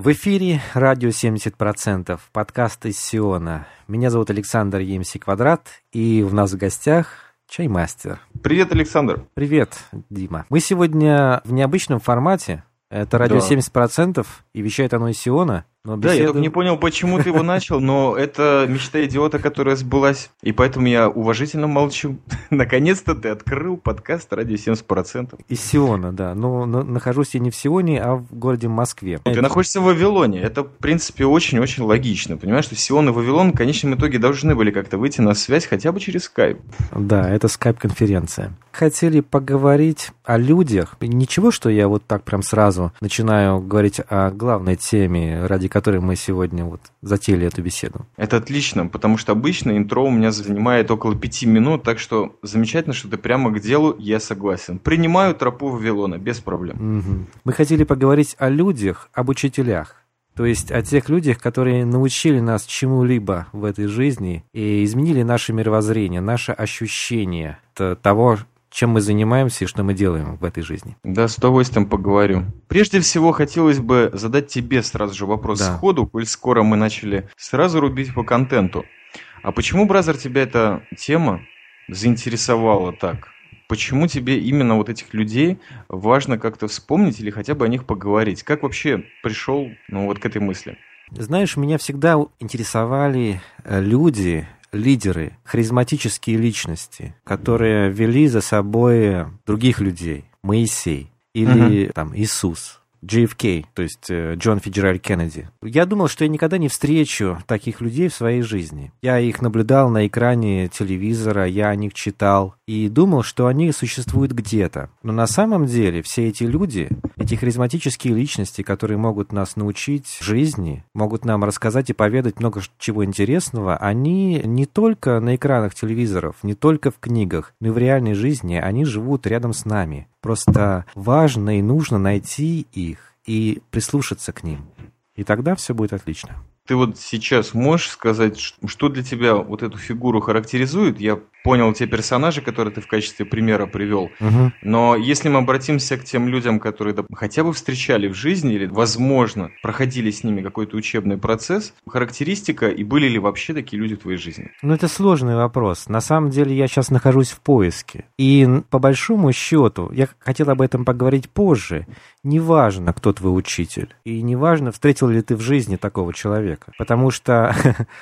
В эфире радио 70%, подкаст из Сиона. Меня зовут Александр ЕМС Квадрат, и у нас в гостях чаймастер. Привет, Александр. Привет, Дима. Мы сегодня в необычном формате. Это радио 70%, и вещает оно из Сиона. Но Да, я только не понял, почему ты его начал, но это мечта идиота, которая сбылась, и поэтому я уважительно молчу. Наконец-то ты открыл подкаст «Радио 70%». Из Сиона, да. Но нахожусь я не в Сионе, а в городе Москве. Ты находишься в Вавилоне. Это, в принципе, очень-очень логично. Понимаешь, что Сион и Вавилон в конечном итоге должны были как-то выйти на связь хотя бы через скайп. Да, это скайп-конференция. Хотели поговорить о людях. Ничего, что я вот так прям сразу начинаю говорить о главной теме, ради которой мы сегодня вот затеяли эту беседу. Это отлично, потому что обычно интро у меня занимает около 5 минут, так что замечательно, что ты прямо к делу, я согласен. Принимаю тропу Вавилона, без проблем. Угу. Мы хотели поговорить о людях, об учителях. То есть о тех людях, которые научили нас чему-либо в этой жизни и изменили наше мировоззрение, наше ощущение того, чем мы занимаемся и что мы делаем в этой жизни. Да, с удовольствием поговорю. Прежде всего, хотелось бы задать тебе сразу же вопрос сходу, коль скоро мы начали сразу рубить по контенту. А почему, бразер, тебя эта тема заинтересовала так? Почему тебе именно вот этих людей важно как-то вспомнить или хотя бы о них поговорить? Как вообще пришел вот к этой мысли? Знаешь, меня всегда интересовали люди, лидеры, харизматические личности, которые вели за собой других людей. Моисей или там Иисус. JFK, то есть Джон Фиджеральд Кеннеди. Я думал, что я никогда не встречу таких людей в своей жизни. Я их наблюдал на экране телевизора, я о них читал и думал, что они существуют где-то. Но на самом деле все эти люди, эти харизматические личности, которые могут нас научить жизни, могут нам рассказать и поведать много чего интересного, они не только на экранах телевизоров, не только в книгах, но и в реальной жизни, они живут рядом с нами. Просто важно и нужно найти их и прислушаться к ним. И тогда все будет отлично. Ты вот сейчас можешь сказать, что для тебя вот эту фигуру характеризует? Я понял те персонажи, которые ты в качестве примера привел. Угу. Но если мы обратимся к тем людям, которые хотя бы встречали в жизни или, возможно, проходили с ними какой-то учебный процесс, характеристика и были ли вообще такие люди в твоей жизни? Ну, это сложный вопрос. На самом деле я сейчас нахожусь в поиске. И по большому счету, я хотел об этом поговорить позже, неважно, кто твой учитель. И неважно, встретил ли ты в жизни такого человека. Потому что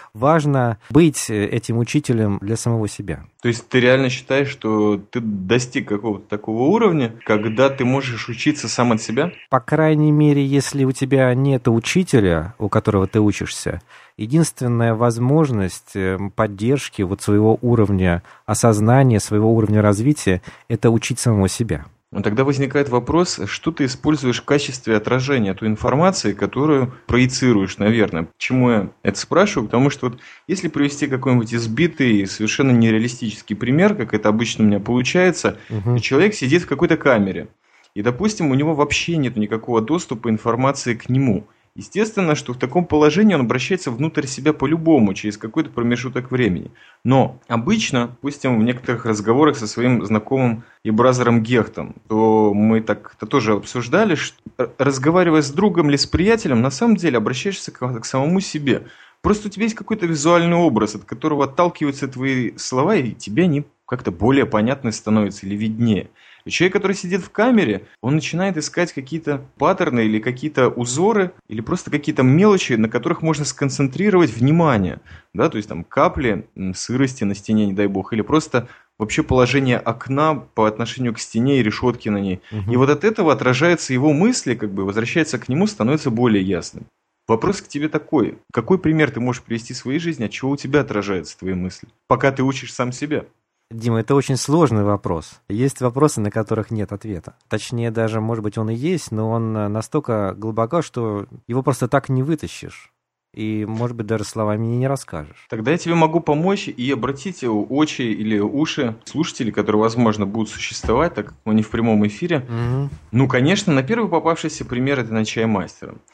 важно быть этим учителем для самого себя. То есть ты реально считаешь, что ты достиг какого-то такого уровня, когда ты можешь учиться сам от себя? По крайней мере, если у тебя нет учителя, у которого ты учишься, единственная возможность поддержки вот своего уровня осознания, своего уровня развития – это учить самого себя. Но тогда возникает вопрос, что ты используешь в качестве отражения той информации, которую проецируешь, наверное. Почему я это спрашиваю? Потому что вот если привести какой-нибудь избитый, совершенно нереалистический пример, как это обычно у меня получается, то человек сидит в какой-то камере, и, допустим, у него вообще нет никакого доступа информации к нему. Естественно, что в таком положении он обращается внутрь себя по-любому, через какой-то промежуток времени. Но обычно, допустим, в некоторых разговорах со своим знакомым и бразером Гехтом, то мы так-то тоже обсуждали, что, разговаривая с другом или с приятелем, на самом деле обращаешься к самому себе. Просто у тебя есть какой-то визуальный образ, от которого отталкиваются твои слова, и тебе они как-то более понятны становятся или виднее. И человек, который сидит в камере, он начинает искать какие-то паттерны или какие-то узоры, или просто какие-то мелочи, на которых можно сконцентрировать внимание. Да, то есть там капли сырости на стене, не дай бог, или просто вообще положение окна по отношению к стене и решетке на ней. И вот от этого отражаются его мысли, возвращается к нему, становится более ясным. Вопрос к тебе такой. Какой пример ты можешь привести в своей жизни, от чего у тебя отражаются твои мысли, пока ты учишь сам себя? Дима, это очень сложный вопрос. Есть вопросы, на которых нет ответа. Точнее, даже, может быть, он и есть, но он настолько глубоко, что его просто так не вытащишь. И, может быть, даже словами не расскажешь. Тогда я тебе могу помочь и обратить очи или уши слушателей, которые, возможно, будут существовать, так как мы не в прямом эфире. Ну, конечно, на первый попавшийся пример это на чаймастера.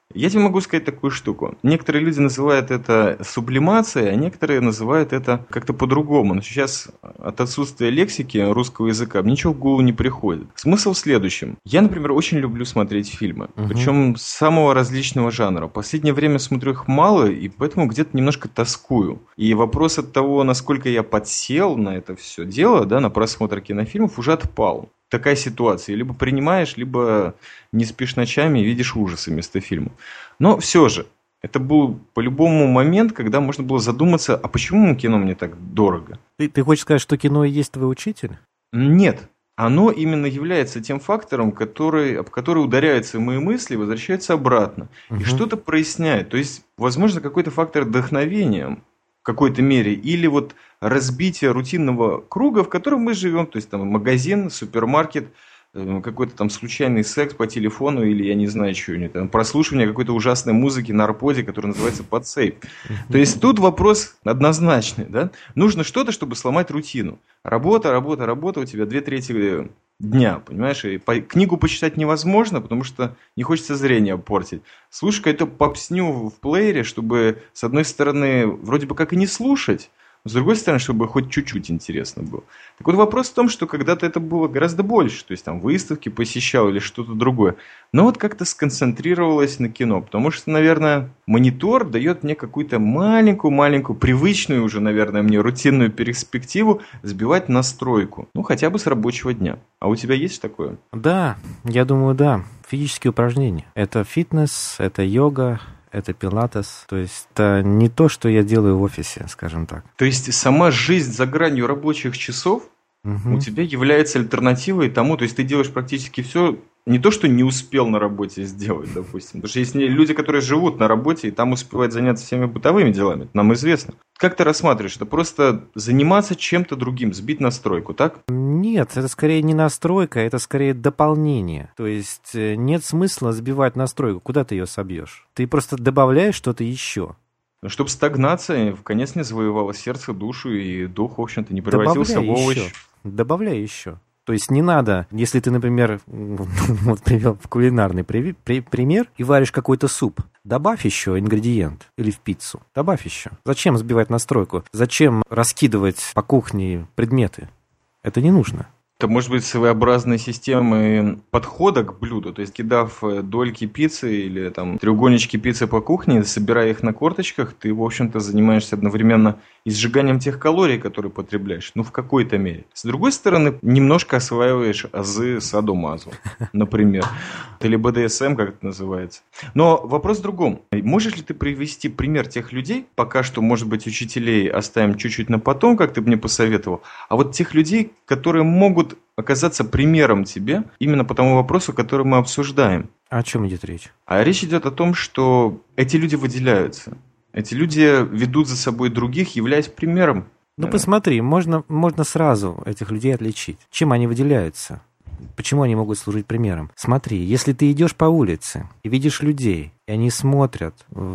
Я тебе могу сказать такую штуку. Некоторые люди называют это сублимацией, а некоторые называют это как-то по-другому. Но сейчас от отсутствия лексики русского языка ничего в голову не приходит. Смысл в следующем. Я, например, очень люблю смотреть фильмы. Причем самого различного жанра. В последнее время смотрю их мало, и поэтому где-то немножко тоскую. И вопрос от того, насколько я подсел на это все дело, да, на просмотр кинофильмов, уже отпал. Такая ситуация. Либо принимаешь, либо не спишь ночами и видишь ужасы вместо фильма. Но все же, это был по-любому момент, когда можно было задуматься, а почему кино мне так дорого? Ты хочешь сказать, что кино и есть твой учитель? Нет. Оно именно является тем фактором, об который ударяются мои мысли и возвращаются обратно. И что-то проясняет. То есть, возможно, какой-то фактор вдохновения в какой-то мере, или вот разбитие рутинного круга, в котором мы живем, то есть там магазин, супермаркет, какой-то там случайный секс по телефону или я не знаю что-нибудь, там, прослушивание какой-то ужасной музыки на арподе, которая называется подсейв. То есть тут вопрос однозначный, да? Нужно что-то, чтобы сломать рутину. Работа, у тебя 2/3 дня, понимаешь? И книгу почитать невозможно, потому что не хочется зрение портить. Слушай какую-то попсню в плеере, чтобы, с одной стороны, вроде бы как и не слушать, с другой стороны, чтобы хоть чуть-чуть интересно было. Так вот вопрос в том, что когда-то это было гораздо больше. То есть там выставки посещал или что-то другое. Но вот как-то сконцентрировалось на кино. Потому что, наверное, монитор дает мне какую-то маленькую, привычную уже, наверное, мне рутинную перспективу сбивать настройку. Ну, хотя бы с рабочего дня. А у тебя есть такое? Да, я думаю, да. Физические упражнения. Это фитнес, это йога. Это пилатес, то есть это не то, что я делаю в офисе, скажем так. То есть сама жизнь за гранью рабочих часов у тебя является альтернативой тому, то есть ты делаешь практически все, не то, что не успел на работе сделать, допустим. Потому что есть люди, которые живут на работе и там успевают заняться всеми бытовыми делами, это нам известно. Как ты рассматриваешь? Это просто заниматься чем-то другим, сбить настройку, так? Нет, это скорее не настройка, это скорее дополнение. То есть нет смысла сбивать настройку. Куда ты ее собьешь? Ты просто добавляешь что-то еще. Чтобы стагнация в конец не завоевала сердце, душу и дух, в общем-то, не превратился в овощ. Добавляй еще. То есть не надо, если ты, например, вот привел кулинарный пример и варишь какой-то суп, добавь еще ингредиент или в пиццу, добавь еще. Зачем сбивать настройку? Зачем раскидывать по кухне предметы? Это не нужно. Это может быть своеобразной системой подхода к блюду, то есть кидав дольки пиццы или там треугольнички пиццы по кухне, собирая их на корточках, ты, в общем-то, занимаешься одновременно и сжиганием тех калорий, которые потребляешь, ну, в какой-то мере. С другой стороны, немножко осваиваешь азы садо-мазо, например, или БДСМ, как это называется. Но вопрос в другом. Можешь ли ты привести пример тех людей, пока что, может быть, учителей оставим чуть-чуть на потом, как ты бы мне посоветовал, а вот тех людей, которые могут оказаться примером тебе именно по тому вопросу, который мы обсуждаем. О чем идет речь? А речь идет о том, что эти люди выделяются. Эти люди ведут за собой других, являясь примером. Ну, посмотри, можно сразу этих людей отличить. Чем они выделяются? Почему они могут служить примером? Смотри, если ты идешь по улице и видишь людей, и они смотрят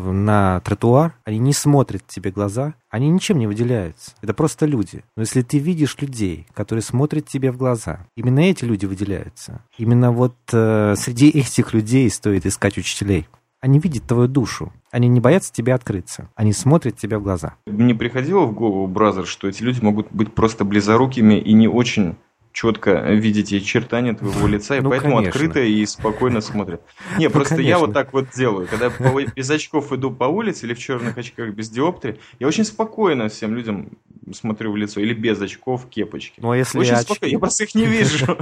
на тротуар, они не смотрят тебе в глаза, они ничем не выделяются. Это просто люди. Но если ты видишь людей, которые смотрят тебе в глаза, именно эти люди выделяются. Именно вот среди этих людей стоит искать учителей. Они видят твою душу. Они не боятся тебе открыться. Они смотрят тебе в глаза. Мне приходило в голову, бразер, что эти люди могут быть просто близорукими и не очень четко видите очертания твоего лица, и поэтому конечно. Открыто и спокойно смотрят. Не, просто конечно. Я вот так вот делаю. Когда без очков иду по улице или в черных очках без диоптрии, я очень спокойно всем людям смотрю в лицо. Или без очков, кепочки. Ну, а если очень спокойно, я просто их не вижу.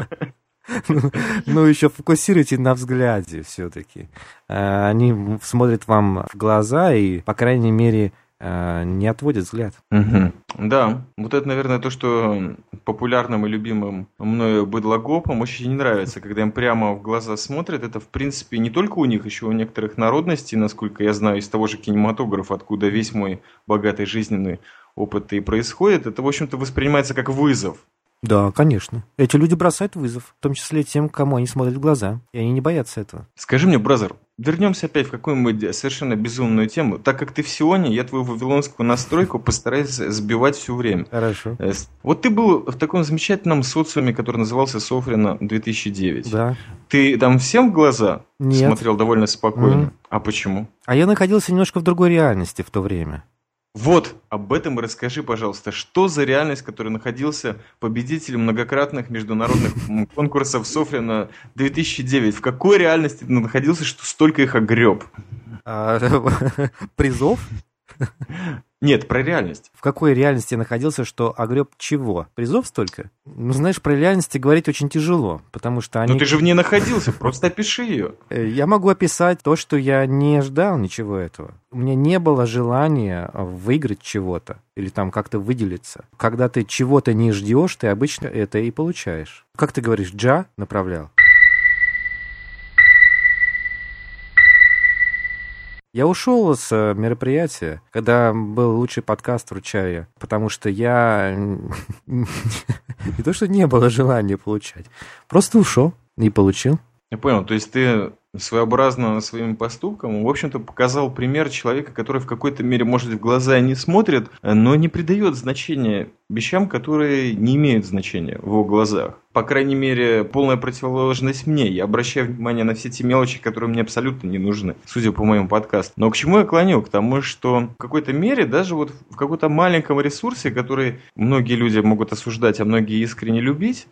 Ну, еще фокусируйте на взгляде все-таки. Они смотрят вам в глаза и, по крайней мере, не отводят взгляд. Да, вот это, наверное, то, что популярным и любимым мною быдлогопам очень не нравится, когда им прямо в глаза смотрят. Это, в принципе, не только у них, еще у некоторых народностей, насколько я знаю, из того же кинематографа, откуда весь мой богатый жизненный опыт и происходит, это, в общем-то, воспринимается как вызов. Да, конечно. Эти люди бросают вызов, в том числе тем, кому они смотрят в глаза, и они не боятся этого. Скажи мне, бразер, вернемся опять в какую-нибудь совершенно безумную тему. Так как ты в Сионе, я твою вавилонскую настройку постараюсь сбивать все время. Хорошо. Вот ты был в таком замечательном социуме, который назывался Софрино 2009. Да. Ты там всем в глаза Нет. смотрел довольно спокойно? А почему? А я находился немножко в другой реальности в то время. Вот, об этом и расскажи, пожалуйста. Что за реальность, в которой находился победитель многократных международных конкурсов Софрино 2009? В какой реальности ты находился, что столько их огреб? Призов? Нет, про реальность. В какой реальности я находился, что огреб чего? Призов столько? Ну, знаешь, про реальности говорить очень тяжело, потому что они... Но ты же в ней находился, просто опиши ее. Я могу описать то, что я не ждал ничего этого. У меня не было желания выиграть чего-то или там как-то выделиться. Когда ты чего-то не ждешь, ты обычно это и получаешь. Как ты говоришь, Джа направлял? Я ушел с мероприятия, когда был лучший подкаст «Вручаю», потому что я не то, что не было желания получать, просто ушел и получил. Я понял, то есть ты своеобразно своим поступком, в общем-то, показал пример человека, который в какой-то мере, может, в глаза не смотрит, но не придает значения вещам, которые не имеют значения в его глазах. По крайней мере, полная противоположность мне. Я обращаю внимание на все те мелочи, которые мне абсолютно не нужны, судя по моему подкасту. Но к чему я клоню? К тому, что в какой-то мере, даже вот в каком-то маленьком ресурсе, который многие люди могут осуждать, а многие искренне любить,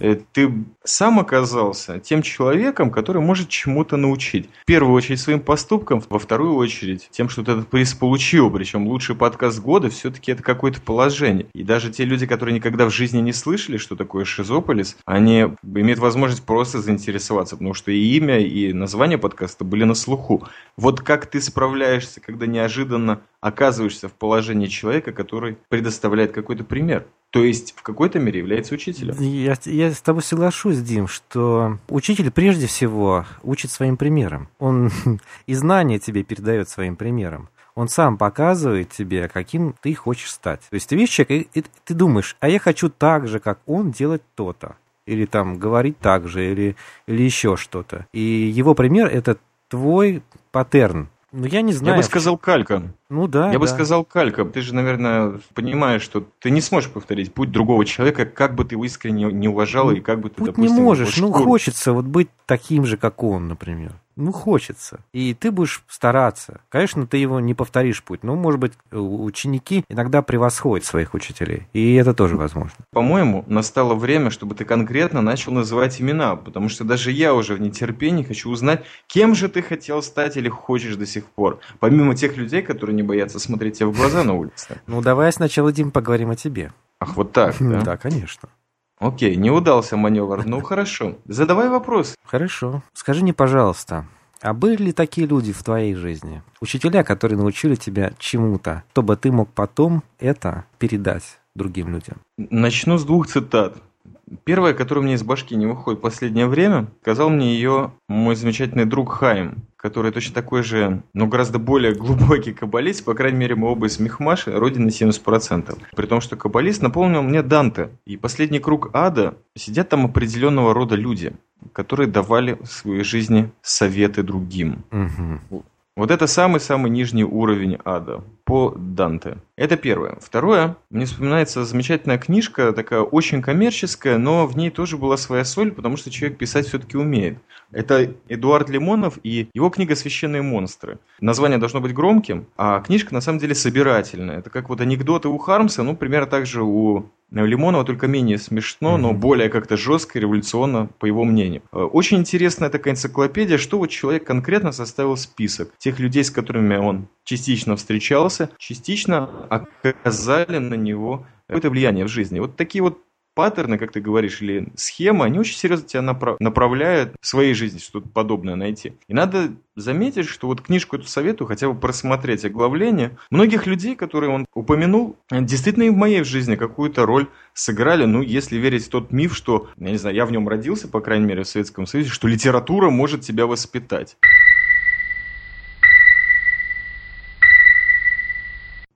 ты сам оказался тем человеком, который может чему-то научить. В первую очередь своим поступкам, во вторую очередь тем, что ты этот приз получил. Причем лучший подкаст года все-таки это какое-то положение. И даже те люди, которые никогда в жизни не слышали, что такое Шизополис, они имеют возможность просто заинтересоваться, потому что и имя, и название подкаста были на слуху. Вот как ты справляешься, когда неожиданно оказываешься в положении человека, который предоставляет какой-то пример? То есть в какой-то мере является учителем. Я с тобой соглашусь, Дим, что учитель прежде всего учит своим примером. Он и знания тебе передает своим примером. Он сам показывает тебе, каким ты хочешь стать. То есть ты видишь человека, и ты думаешь, а я хочу так же, как он, делать то-то. Или там говорить так же, или еще что-то. И его пример – это твой паттерн. Ну, я не знаю. Я бы сказал калька. Ну да. Я бы сказал калька. Ты же, наверное, понимаешь, что ты не сможешь повторить путь другого человека, как бы ты его искренне не уважал, и как бы ты, путь допустим, не можешь. Ну, хочется вот быть таким же, как он, например. Ну, хочется. И ты будешь стараться. Конечно, ты его не повторишь путь. Но, может быть, ученики иногда превосходят своих учителей. И это тоже возможно. По-моему, настало время, чтобы ты конкретно начал называть имена. Потому что даже я уже в нетерпении хочу узнать, кем же ты хотел стать или хочешь до сих пор. Помимо тех людей, которые не боятся смотреть тебе в глаза на улице. Ну, давай сначала, Дим, поговорим о тебе. Ах, вот так, да? Да, конечно. Окей, не удался маневр. Ну, хорошо. Задавай вопрос. Хорошо. Скажи мне, пожалуйста, а были ли такие люди в твоей жизни? Учителя, которые научили тебя чему-то, чтобы ты мог потом это передать другим людям? Начну с 2 цитат. Первая, которая у меня из башки не выходит в последнее время, сказал мне ее мой замечательный друг Хаим, который точно такой же, но гораздо более глубокий каббалист, по крайней мере, мы оба из Михмаши, родины 70%. При том, что каббалист напомнил мне Данте. И последний круг ада, сидят там определенного рода люди, которые давали в своей жизни советы другим. Угу. Вот это самый-самый нижний уровень ада по Данте. Это первое. Второе, мне вспоминается замечательная книжка, такая очень коммерческая, но в ней тоже была своя соль, потому что человек писать все-таки умеет. Это Эдуард Лимонов и его книга «Священные монстры». Название должно быть громким, а книжка на самом деле собирательная. Это как вот анекдоты у Хармса, ну, примерно так же у Лимонова, только менее смешно, но более как-то жестко и революционно, по его мнению. Очень интересная такая энциклопедия, что вот человек конкретно составил список тех людей, с которыми он частично встречался, частично оказали на него какое-то влияние в жизни. Вот такие вот паттерны, как ты говоришь, или схемы, они очень серьезно тебя направляют в своей жизни, что-то подобное найти. И надо заметить, что вот книжку эту советую хотя бы просмотреть оглавление. Многих людей, которые он упомянул, действительно и в моей жизни какую-то роль сыграли. Ну, если верить в тот миф, что, я не знаю, я в нем родился, по крайней мере, в Советском Союзе, что литература может тебя воспитать.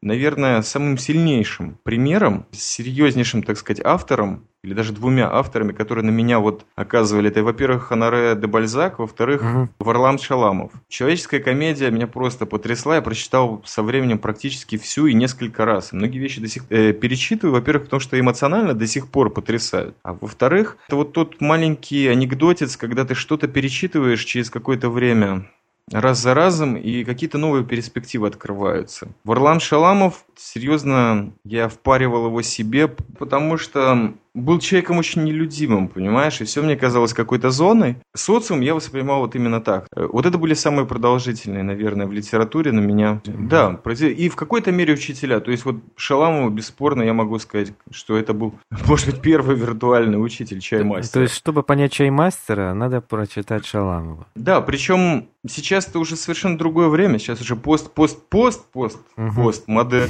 наверное, самым сильнейшим примером, серьезнейшим, так сказать, автором, или даже двумя авторами, которые на меня вот оказывали. Это, во-первых, Хоноре де Бальзак, во-вторых, Варлам Шаламов. «Человеческая комедия» меня просто потрясла. Я прочитал со временем практически всю и несколько раз. Многие вещи до сих пор перечитываю, во-первых, потому что эмоционально до сих пор потрясают. А во-вторых, это вот тот маленький анекдотец, когда ты что-то перечитываешь через какое-то время, раз за разом, и какие-то новые перспективы открываются. Варлам Шаламов, серьезно, я впаривал его себе, потому что был человеком очень нелюдимым, понимаешь, и все мне казалось какой-то зоной. Социум я воспринимал вот именно так. Вот это были самые продолжительные, наверное, в литературе на меня. Да, и в какой-то мере учителя. То есть вот Шаламову, бесспорно, я могу сказать, что это был, может быть, первый виртуальный учитель чаймастера. То есть, чтобы понять чаймастера, надо прочитать Шаламова. Да, причем сейчас это уже совершенно другое время. Сейчас уже постмодерн.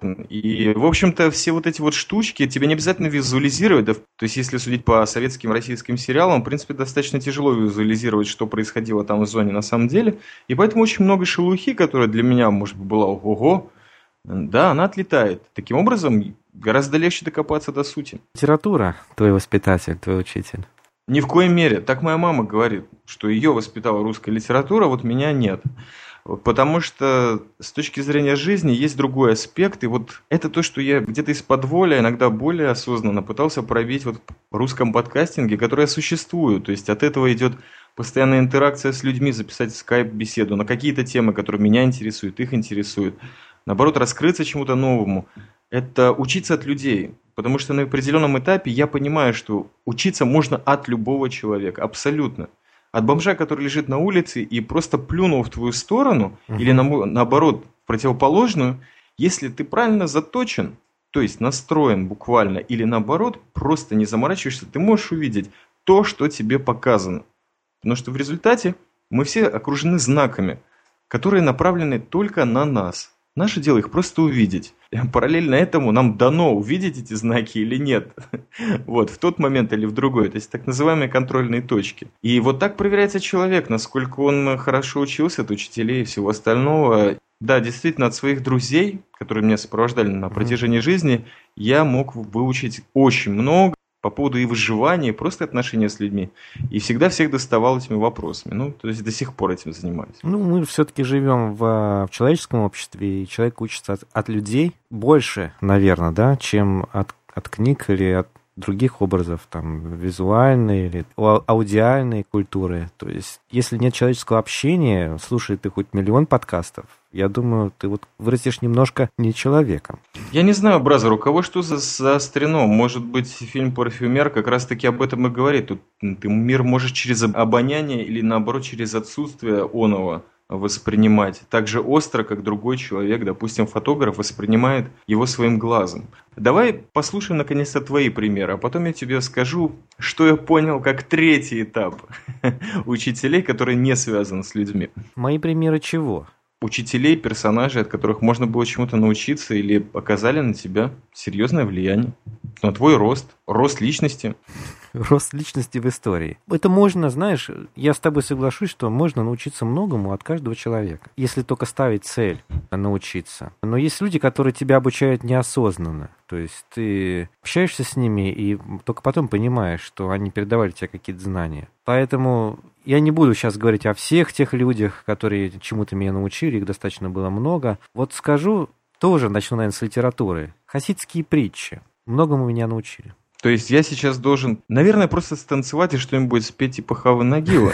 И, в общем-то, все вот эти вот штучки тебе не обязательно визуализировать. Да? То есть, если судить по советским, российским сериалам, в принципе, достаточно тяжело визуализировать, что происходило там в зоне на самом деле. И поэтому очень много шелухи, которая для меня, может быть, была ого-го, да, она отлетает. Таким образом, гораздо легче докопаться до сути. Литература твой воспитатель, твой учитель? Ни в коей мере. Так моя мама говорит, что ее воспитала русская литература, вот меня нет. Потому что с точки зрения жизни есть другой аспект, и вот это то, что я где-то из-под воли, иногда более осознанно пытался проявить вот в русском подкастинге, которое существует. То есть от этого идет постоянная интеракция с людьми, записать скайп-беседу на какие-то темы, которые меня интересуют, их интересуют. Наоборот, раскрыться чему-то новому. Это учиться от людей. Потому что на определенном этапе я понимаю, что учиться можно от любого человека, абсолютно. От бомжа, который лежит на улице и просто плюнул в твою сторону, или наоборот, в противоположную, если ты правильно заточен, то есть настроен буквально, или наоборот, просто не заморачиваешься, ты можешь увидеть то, что тебе показано. Потому что в результате мы все окружены знаками, которые направлены только на нас. Наше дело их просто увидеть. Параллельно этому нам дано увидеть эти знаки или нет. Вот, в тот момент или в другой. То есть так называемые контрольные точки. И вот так проверяется человек, насколько он хорошо учился от учителей и всего остального. Да, действительно, от своих друзей, которые меня сопровождали на протяжении жизни, я мог выучить очень много по поводу и выживания, и просто отношения с людьми. И всегда всех доставал этими вопросами. Ну, то есть до сих пор этим занимаюсь. Ну, мы все-таки живем в человеческом обществе, и человек учится от людей больше, наверное, да, чем от книг или от других образов, там, визуальной или аудиальной культуры. То есть, если нет человеческого общения, слушай ты хоть миллион подкастов, я думаю, ты вот вырастешь немножко не человеком. Я не знаю, бразер, у кого что заострено? Может быть, фильм «Парфюмер» как раз-таки об этом и говорит. Тут ты мир можешь через обоняние или, наоборот, через отсутствие оного воспринимать так же остро, как другой человек, допустим, фотограф, воспринимает его своим глазом. Давай послушаем, наконец-то, твои примеры, а потом я тебе скажу, что я понял как третий этап учителей, который не связан с людьми. Мои примеры чего? Учителей, персонажей, от которых можно было чему-то научиться или оказали на тебя серьезное влияние. На твой рост личности. Рост личности в истории. Это можно, знаешь, я с тобой соглашусь, что можно научиться многому от каждого человека, если только ставить цель научиться. Но есть люди, которые тебя обучают неосознанно. То есть ты общаешься с ними и только потом понимаешь, что они передавали тебе какие-то знания. Поэтому я не буду сейчас говорить о всех тех людях, которые чему-то меня научили, их достаточно было много. Вот скажу, тоже начну, наверное, с литературы. Хасидские притчи многому меня научили. То есть я сейчас должен, наверное, просто станцевать и что-нибудь спеть типа Хавы Нагила?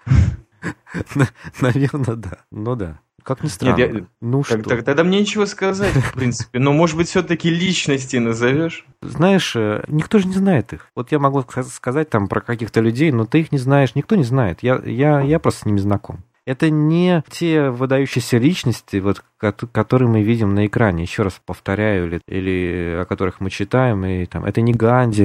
Наверное, да. Ну да. Как ни странно. Ну что? Тогда мне нечего сказать, в принципе. Но, может быть, все-таки личности назовешь? Знаешь, никто же не знает их. Вот я могу сказать там про каких-то людей, но ты их не знаешь, никто не знает. Я просто с ними знаком. Это не те выдающиеся личности, вот, которые мы видим на экране, еще раз повторяю, или о которых мы читаем. И, там, это не Ганди,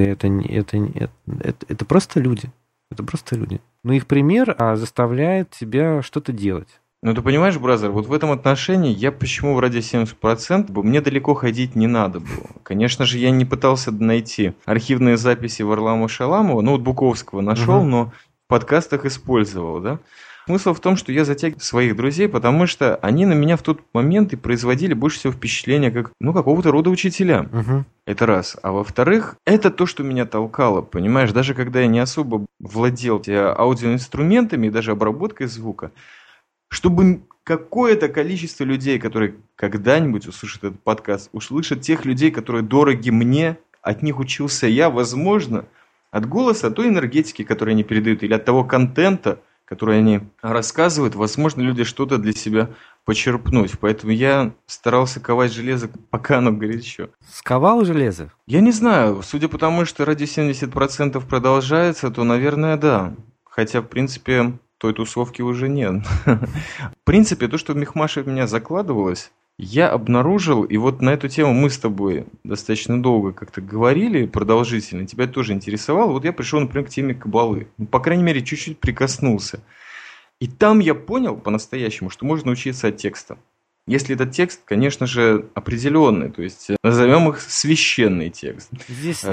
это просто люди. Это просто люди. Но их пример заставляет тебя что-то делать. Ну, ты понимаешь, бразер, вот в этом отношении я почему в радио 70%, мне далеко ходить не надо было. Конечно же, я не пытался найти архивные записи Варлама Шаламова, ну, вот Буковского нашел, но в подкастах использовал, да. Смысл в том, что я затягиваю своих друзей, потому что они на меня в тот момент и производили больше всего впечатления как, какого-то рода учителя. Угу. Это раз. А во-вторых, это то, что меня толкало, понимаешь? Даже когда я не особо владел аудиоинструментами и даже обработкой звука, чтобы какое-то количество людей, которые когда-нибудь услышат этот подкаст, услышат тех людей, которые дороги мне, от них учился я, возможно, от голоса, от той энергетики, которую они передают, или от того контента, который они рассказывают, возможно, люди что-то для себя почерпнуть. Поэтому я старался ковать железо, пока оно горячо. Сковал железо? Я не знаю. Судя по тому, что радио 70% продолжается, то, наверное, да. Хотя, в принципе, той тусовки уже нет. В принципе, то, что в Мехмаше в меня закладывалось, я обнаружил, и вот на эту тему мы с тобой достаточно долго как-то говорили, продолжительно, тебя тоже интересовало. Вот я пришел, например, к теме каббалы. По крайней мере, чуть-чуть прикоснулся. И там я понял по-настоящему, что можно учиться от текста. Если этот текст, конечно же, определенный, то есть назовем их священный текст. Здесь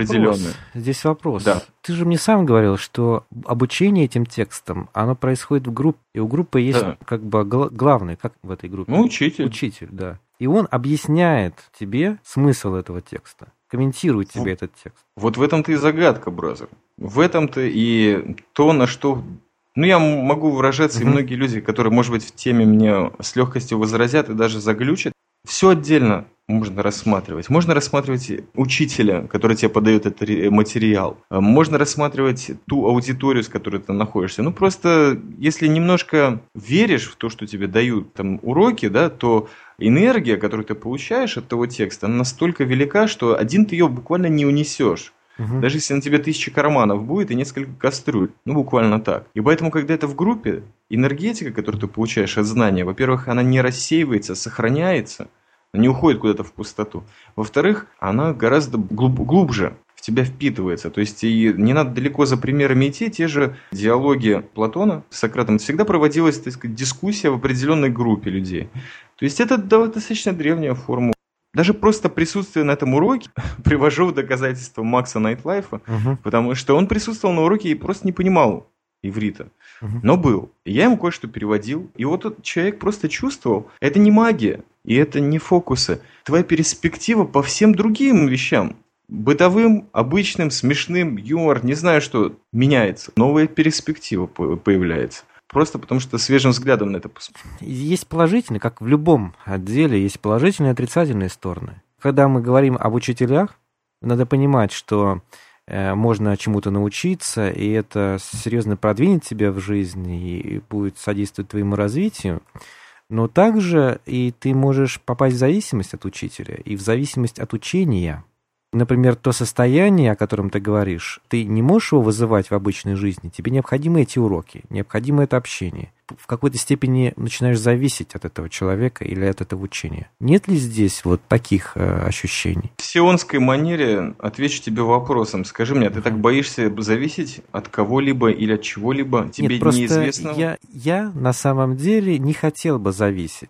вопрос. Да. Ты же мне сам говорил, что обучение этим текстам, оно происходит в группе, и у группы есть как бы главный, как в этой группе? Учитель. Учитель, да. И он объясняет тебе смысл этого текста, комментирует тебе этот текст. Вот в этом-то и загадка, бразер. В этом-то и то, на что... я могу выражаться, и многие люди, которые, может быть, в теме мне с легкостью возразят и даже заглючат, все отдельно можно рассматривать. Можно рассматривать учителя, который тебе подает этот материал. Можно рассматривать ту аудиторию, с которой ты находишься. Просто, если немножко веришь в то, что тебе дают там уроки, да, то энергия, которую ты получаешь от того текста, она настолько велика, что один ты ее буквально не унесешь. Даже если на тебе 1000 карманов будет и несколько кастрюль. Буквально так. И поэтому, когда это в группе, энергетика, которую ты получаешь от знания, во-первых, она не рассеивается, сохраняется, не уходит куда-то в пустоту. Во-вторых, она гораздо глубже в тебя впитывается. То есть и не надо далеко за примерами идти. Те же диалоги Платона с Сократом. Всегда проводилась, так сказать, дискуссия в определенной группе людей. То есть это достаточно древняя форма. Даже просто присутствие на этом уроке привожу в доказательство Макса Найтлайфа, потому что он присутствовал на уроке и просто не понимал иврита, но был. И я ему кое-что переводил, и вот этот человек просто чувствовал, это не магия, и это не фокусы. Твоя перспектива по всем другим вещам, бытовым, обычным, смешным, юмор, не знаю что, меняется. Новая перспектива появляется. Просто потому что свежим взглядом на это посмотрим. Есть положительные, как в любом отделе, есть положительные и отрицательные стороны. Когда мы говорим об учителях, надо понимать, что можно чему-то научиться, и это серьезно продвинет тебя в жизни и будет содействовать твоему развитию. Но также и ты можешь попасть в зависимость от учителя и в зависимость от учения. Например, то состояние, о котором ты говоришь, ты не можешь его вызывать в обычной жизни, тебе необходимы эти уроки, необходимо это общение. В какой-то степени начинаешь зависеть от этого человека или от этого учения. Нет ли здесь вот таких ощущений? В сионской манере отвечу тебе вопросом. Скажи мне, ты так боишься зависеть от кого-либо или от чего-либо? Тебе Нет, просто неизвестно? Я на самом деле не хотел бы зависеть.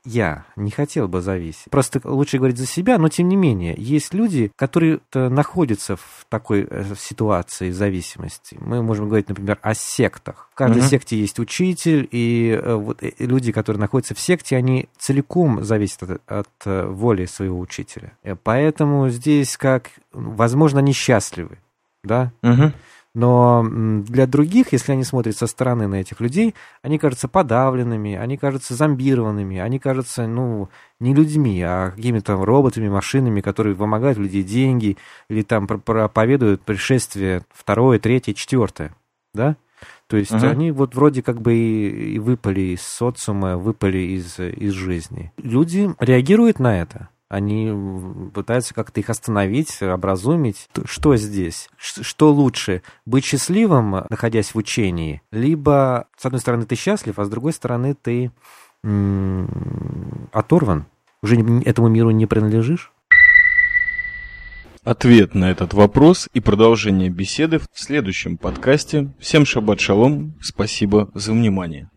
Я не хотел бы зависеть. Просто лучше говорить за себя, но тем не менее, есть люди, которые находятся в такой ситуации зависимости. Мы можем говорить, например, о сектах. В каждой секте есть учитель, и вот люди, которые находятся в секте, они целиком зависят от воли своего учителя. Поэтому здесь, возможно, они счастливы, да? Но для других, если они смотрят со стороны на этих людей, они кажутся подавленными, они кажутся зомбированными, они кажутся, не людьми, а какими-то роботами, машинами, которые вымогают у людей деньги или там проповедуют пришествие 2, 3, 4, да? То есть они вот вроде как бы и выпали из социума, выпали из жизни. Люди реагируют на это. Они пытаются как-то их остановить, образумить. Что здесь? Что лучше? Быть счастливым, находясь в учении? Либо, с одной стороны, ты счастлив, а с другой стороны, ты оторван. Уже этому миру не принадлежишь? Ответ на этот вопрос и продолжение беседы в следующем подкасте. Всем шаббат шалом. Спасибо за внимание.